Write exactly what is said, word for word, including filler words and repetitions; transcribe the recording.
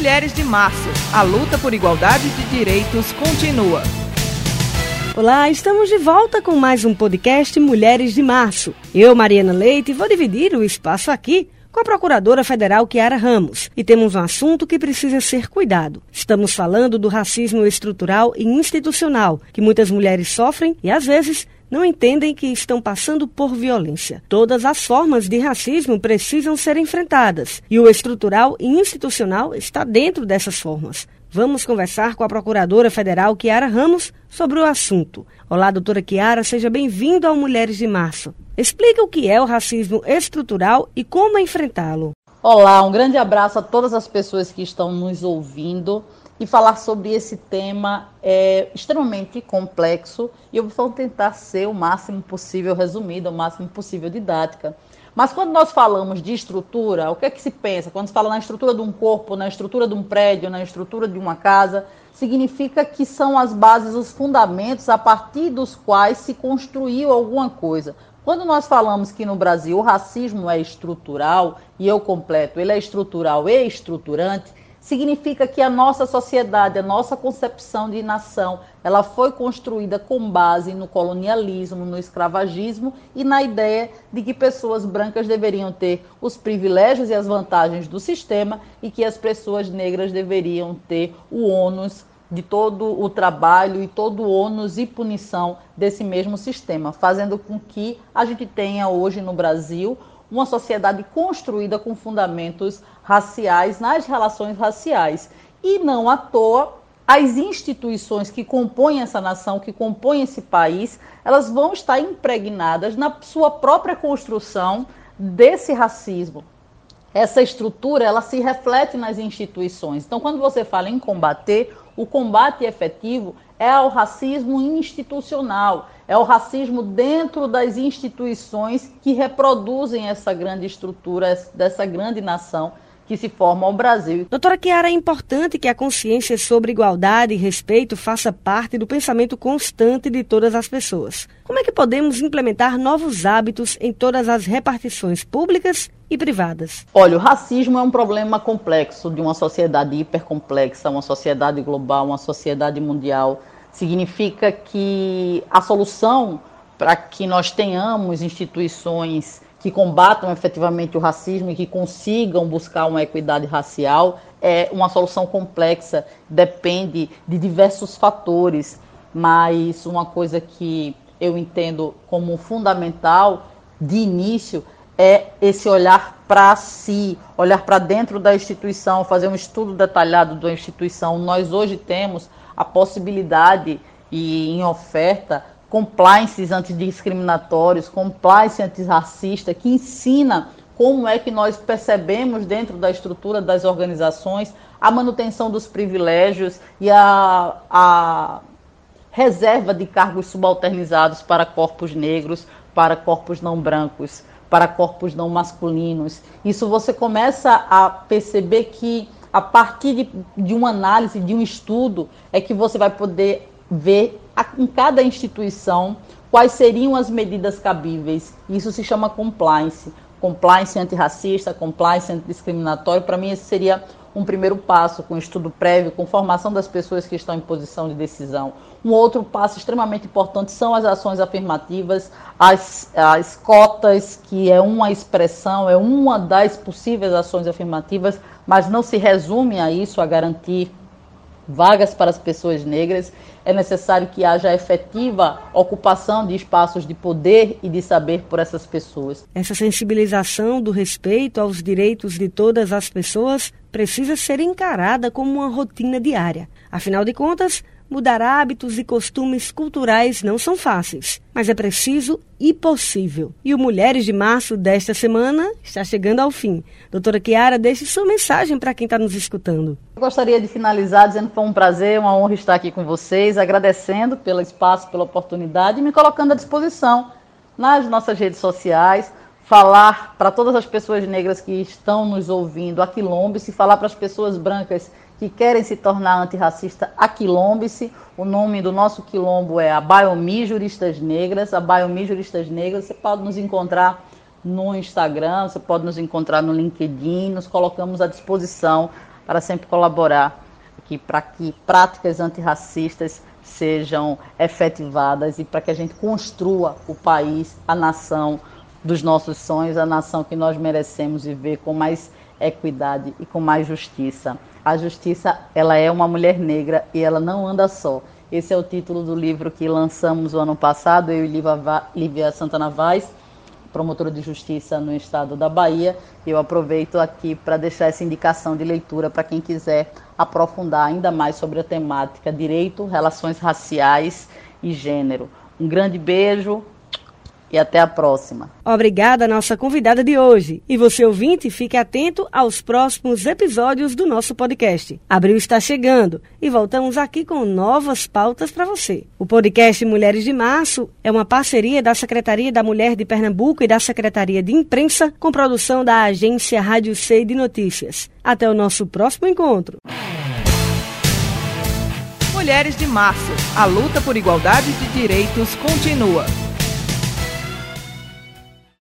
Mulheres de Março. A luta por igualdade de direitos continua. Olá, estamos de volta com mais um podcast Mulheres de Março. Eu, Mariana Leite, vou dividir o espaço aqui com a Procuradora Federal Kiara Ramos. E temos um assunto que precisa ser cuidado. Estamos falando do racismo estrutural e institucional, que muitas mulheres sofrem e, às vezes, não entendem que estão passando por violência. Todas as formas de racismo precisam ser enfrentadas e o estrutural e institucional está dentro dessas formas. Vamos conversar com a Procuradora Federal Kiara Ramos sobre o assunto. Olá, doutora Kiara, seja bem-vinda ao Mulheres de Março. Explique o que é o racismo estrutural e como enfrentá-lo. Olá, um grande abraço a todas as pessoas que estão nos ouvindo. E falar sobre esse tema é extremamente complexo e eu vou tentar ser o máximo possível resumida, o máximo possível didática. Mas quando nós falamos de estrutura, o que é que se pensa? Quando se fala na estrutura de um corpo, na estrutura de um prédio, na estrutura de uma casa, significa que são as bases, os fundamentos a partir dos quais se construiu alguma coisa. Quando nós falamos que no Brasil o racismo é estrutural, e eu completo, ele é estrutural e estruturante, significa que a nossa sociedade, a nossa concepção de nação, ela foi construída com base no colonialismo, no escravagismo e na ideia de que pessoas brancas deveriam ter os privilégios e as vantagens do sistema e que as pessoas negras deveriam ter o ônus de todo o trabalho e todo o ônus e punição desse mesmo sistema, fazendo com que a gente tenha hoje no Brasil uma sociedade construída com fundamentos raciais nas relações raciais. E não à toa, as instituições que compõem essa nação, que compõem esse país, elas vão estar impregnadas na sua própria construção desse racismo. Essa estrutura, ela se reflete nas instituições. Então, quando você fala em combater, o combate efetivo é ao racismo institucional, é o racismo dentro das instituições que reproduzem essa grande estrutura, dessa grande nação que se forma o Brasil. Doutora Kiara, é importante que a consciência sobre igualdade e respeito faça parte do pensamento constante de todas as pessoas. Como é que podemos implementar novos hábitos em todas as repartições públicas e privadas? Olha, o racismo é um problema complexo de uma sociedade hipercomplexa, uma sociedade global, uma sociedade mundial. Significa que a solução para que nós tenhamos instituições que combatam efetivamente o racismo e que consigam buscar uma equidade racial é uma solução complexa, depende de diversos fatores, mas uma coisa que eu entendo como fundamental de início é esse olhar para si, olhar para dentro da instituição, fazer um estudo detalhado da instituição. Nós hoje temos a possibilidade e em oferta compliances antidiscriminatórios, compliance antirracista, que ensina como é que nós percebemos dentro da estrutura das organizações a manutenção dos privilégios e a, a reserva de cargos subalternizados para corpos negros, para corpos não brancos, para corpos não masculinos. Isso você começa a perceber que a partir de, de uma análise, de um estudo, é que você vai poder ver a, em cada instituição quais seriam as medidas cabíveis. Isso se chama compliance. Compliance antirracista, compliance antidiscriminatório. Para mim, esse seria um primeiro passo, com estudo prévio, com formação das pessoas que estão em posição de decisão. Um outro passo extremamente importante são as ações afirmativas, as, as cotas, que é uma expressão, é uma das possíveis ações afirmativas, mas não se resume a isso, a garantir vagas para as pessoas negras. É necessário que haja efetiva ocupação de espaços de poder e de saber por essas pessoas. Essa sensibilização do respeito aos direitos de todas as pessoas precisa ser encarada como uma rotina diária. Afinal de contas, mudar hábitos e costumes culturais não são fáceis, mas é preciso e possível. E o Mulheres de Março desta semana está chegando ao fim. Doutora Kiara, deixe sua mensagem para quem está nos escutando. Eu gostaria de finalizar dizendo que foi um prazer, uma honra estar aqui com vocês, agradecendo pelo espaço, pela oportunidade e me colocando à disposição nas nossas redes sociais, falar para todas as pessoas negras que estão nos ouvindo, aquilombe-se, falar para as pessoas brancas que querem se tornar antirracista, aquilombe-se. O nome do nosso quilombo é a Biomi Juristas Negras. A Biomi Juristas Negras, você pode nos encontrar no Instagram, você pode nos encontrar no LinkedIn, nos colocamos à disposição para sempre colaborar aqui para que práticas antirracistas sejam efetivadas e para que a gente construa o país, a nação dos nossos sonhos, a nação que nós merecemos viver com mais equidade e com mais justiça. A justiça, ela é uma mulher negra e ela não anda só. Esse é o título do livro que lançamos o ano passado, eu e Lívia Santana Vaz, promotora de justiça no estado da Bahia. Eu aproveito aqui para deixar essa indicação de leitura para quem quiser aprofundar ainda mais sobre a temática direito, relações raciais e gênero. Um grande beijo e até a próxima. Obrigada à nossa convidada de hoje. E você, ouvinte, fique atento aos próximos episódios do nosso podcast. Abril está chegando e voltamos aqui com novas pautas para você. O podcast Mulheres de Março é uma parceria da Secretaria da Mulher de Pernambuco e da Secretaria de Imprensa, com produção da agência Rádio C de Notícias. Até o nosso próximo encontro. Mulheres de Março. A luta por igualdade de direitos continua.